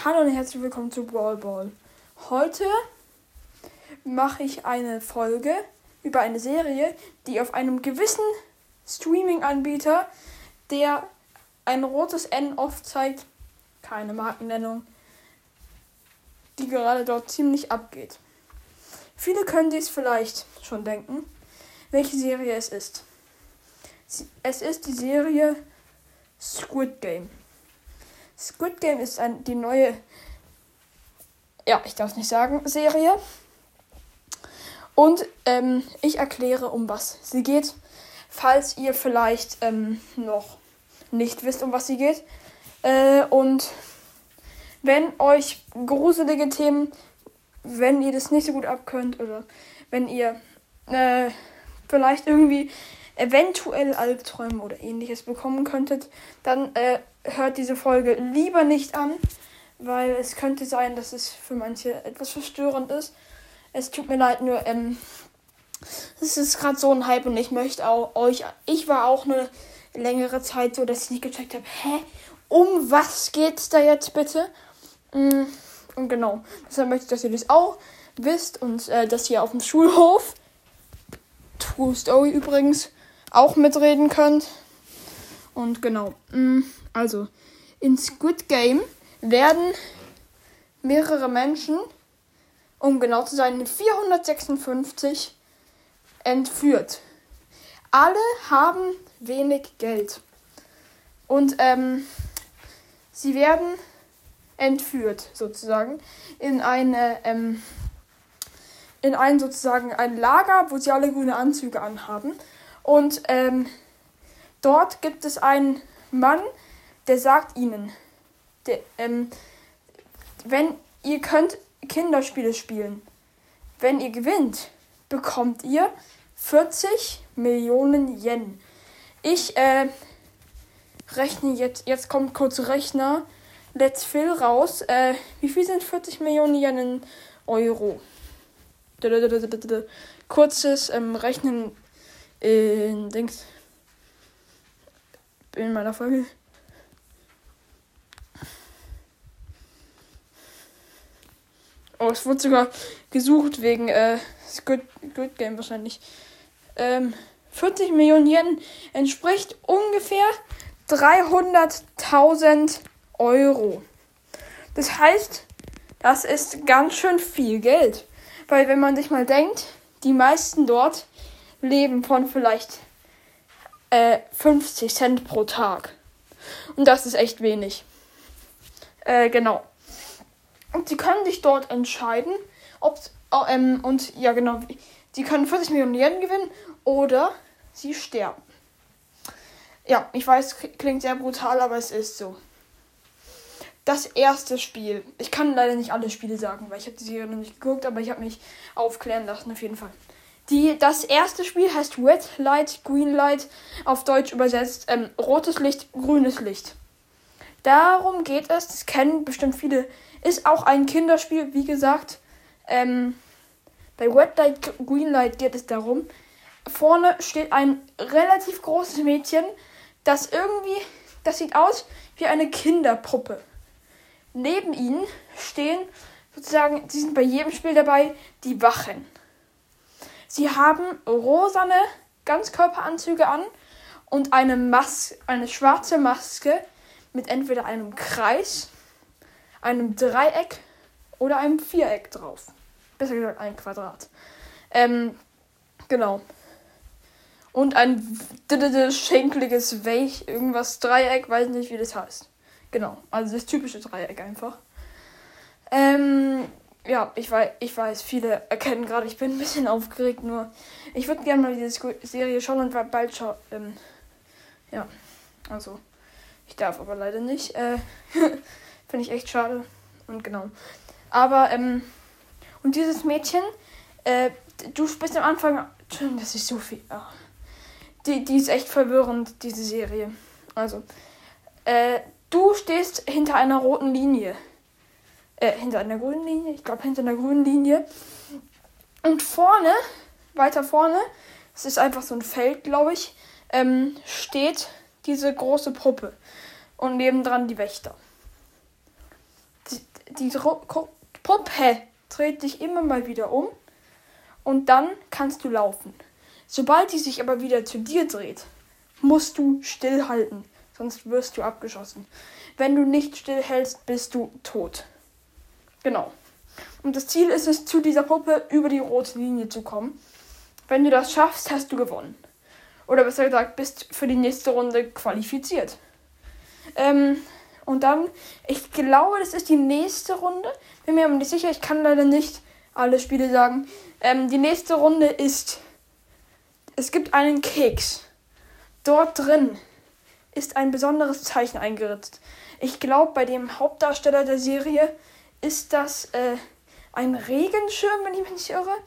Hallo und herzlich willkommen zu Brawl Ball. Heute mache ich eine Folge über eine Serie, die auf einem gewissen Streaming-Anbieter, der ein rotes N oft zeigt, keine Markennennung, die gerade dort ziemlich abgeht. Viele können dies vielleicht schon denken, welche Serie es ist. Es ist die Serie Squid Game. Squid Game ist die neue, ich darf es nicht sagen, Serie. Und ich erkläre, um was sie geht, falls ihr vielleicht noch nicht wisst, um was sie geht. Und wenn euch gruselige Themen, wenn ihr das nicht so gut abkönnt oder wenn ihr vielleicht irgendwie eventuell Albträume oder ähnliches bekommen könntet, dann hört diese Folge lieber nicht an, weil es könnte sein, dass es für manche etwas verstörend ist. Es tut mir leid, nur es ist gerade so ein Hype und ich möchte ich war auch eine längere Zeit so, dass ich nicht gecheckt habe, um was geht's da jetzt bitte? Und genau, deshalb möchte ich, dass ihr das auch wisst und dass ihr auf dem Schulhof, True Story übrigens, auch mitreden könnt. Und genau, also in Squid Game werden mehrere Menschen, um genau zu sein, 456 entführt. Alle haben wenig Geld. Und sie werden entführt, sozusagen, in ein Lager, wo sie alle grüne Anzüge anhaben. Und dort gibt es einen Mann, der sagt ihnen, wenn ihr könnt Kinderspiele spielen, wenn ihr gewinnt, bekommt ihr 40 Millionen Yen. Ich rechne jetzt kommt kurz Rechner, Let's Fill raus. Wie viel sind 40 Millionen Yen in Euro? Kurzes Rechnen in meiner Folge. Oh, es wurde sogar gesucht wegen Squid Game wahrscheinlich. 40 Millionen Yen entspricht ungefähr 300.000 Euro. Das heißt, das ist ganz schön viel Geld. Weil wenn man sich mal denkt, die meisten dort leben von vielleicht 50 Cent pro Tag. Und das ist echt wenig. Genau. Und sie können sich dort entscheiden, sie können 40 Millionen Yen gewinnen oder sie sterben. Ja, ich weiß, klingt sehr brutal, aber es ist so. Das erste Spiel. Ich kann leider nicht alle Spiele sagen, weil ich habe die Serie noch nicht geguckt, aber ich habe mich aufklären lassen, auf jeden Fall. Das erste Spiel heißt Red Light, Green Light, auf Deutsch übersetzt rotes Licht, grünes Licht. Darum geht es, das kennen bestimmt viele, ist auch ein Kinderspiel, wie gesagt. Bei Red Light, Green Light geht es darum, vorne steht ein relativ großes Mädchen, das sieht aus wie eine Kinderpuppe. Neben ihnen stehen sozusagen, sie sind bei jedem Spiel dabei, die Wachen. Sie haben rosane Ganzkörperanzüge an und eine schwarze Maske mit entweder einem Kreis, einem Dreieck oder einem Viereck drauf. Besser gesagt ein Quadrat. Genau. Und ein schenkeliges irgendwas Dreieck, weiß nicht, wie das heißt. Genau, also das typische Dreieck einfach. Ich weiß, viele erkennen gerade, ich bin ein bisschen aufgeregt, nur ich würde gerne mal diese Serie schauen und bald schauen. Also, ich darf aber leider nicht. Finde ich echt schade. Und genau. Aber, und dieses Mädchen, du bist am Anfang, das ist so viel. Die ist echt verwirrend, diese Serie. Also, du stehst hinter einer roten Linie. Hinter einer grünen Linie? Ich glaube, hinter einer grünen Linie. Und weiter vorne, es ist einfach so ein Feld, glaube ich, steht diese große Puppe. Und nebendran die Wächter. die Puppe dreht sich immer mal wieder um und dann kannst du laufen. Sobald die sich aber wieder zu dir dreht, musst du stillhalten, sonst wirst du abgeschossen. Wenn du nicht stillhältst, bist du tot. Genau. Und das Ziel ist es, zu dieser Puppe über die rote Linie zu kommen. Wenn du das schaffst, hast du gewonnen. Oder besser gesagt, bist für die nächste Runde qualifiziert. Und dann, ich glaube, das ist die nächste Runde. Bin mir aber nicht sicher, ich kann leider nicht alle Spiele sagen. Die nächste Runde ist, es gibt einen Keks. Dort drin ist ein besonderes Zeichen eingeritzt. Ich glaube, bei dem Hauptdarsteller der Serie ist das ein Regenschirm, wenn ich mich nicht irre.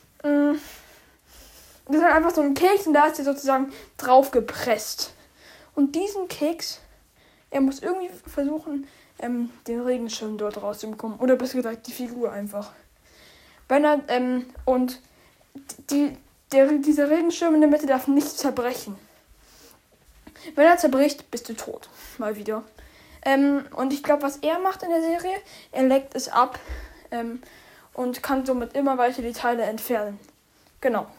Das ist halt einfach so ein Keks und da ist er sozusagen drauf gepresst. Und diesen Keks, er muss irgendwie versuchen, den Regenschirm dort rauszubekommen. Oder besser gesagt, die Figur einfach. Wenn er, und dieser Regenschirm in der Mitte darf nicht zerbrechen. Wenn er zerbricht, bist du tot. Mal wieder. Und ich glaube, was er macht in der Serie, er leckt es ab und kann somit immer weiter die Teile entfernen. Genau.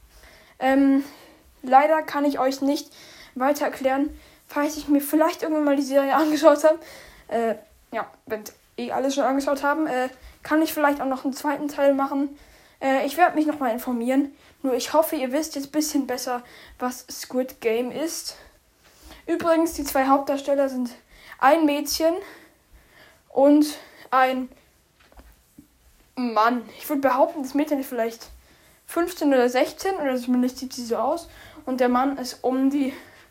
Leider kann ich euch nicht weiter erklären, falls ich mir vielleicht irgendwann mal die Serie angeschaut habe. Wenn alles schon angeschaut haben, kann ich vielleicht auch noch einen zweiten Teil machen. Ich werde mich nochmal informieren. Nur ich hoffe, ihr wisst jetzt ein bisschen besser, was Squid Game ist. Übrigens, die 2 Hauptdarsteller sind ein Mädchen und ein Mann. Ich würde behaupten, das Mädchen ist vielleicht 15 oder 16 oder zumindest sieht sie so aus. Und der Mann ist um die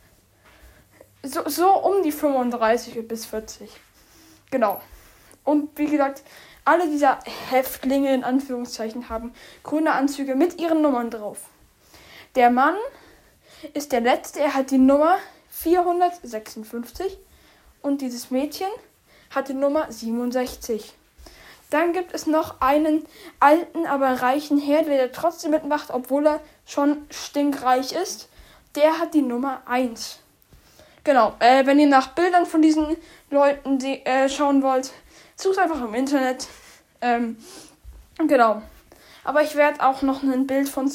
35 bis 40. Genau. Und wie gesagt, alle dieser Häftlinge in Anführungszeichen haben grüne Anzüge mit ihren Nummern drauf. Der Mann ist der Letzte, er hat die Nummer 456 und dieses Mädchen hat die Nummer 67. Dann gibt es noch einen alten, aber reichen Herr, der trotzdem mitmacht, obwohl er schon stinkreich ist. Der hat die Nummer 1. Genau, wenn ihr nach Bildern von diesen Leuten schauen wollt, sucht einfach im Internet. Genau. Aber ich werde auch noch ein Bild von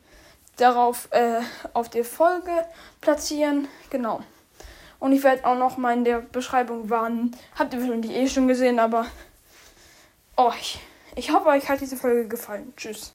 auf der Folge platzieren. Genau. Und ich werde auch noch mal in der Beschreibung warnen. Habt ihr wahrscheinlich schon gesehen, aber ich hoffe, euch hat diese Folge gefallen. Tschüss.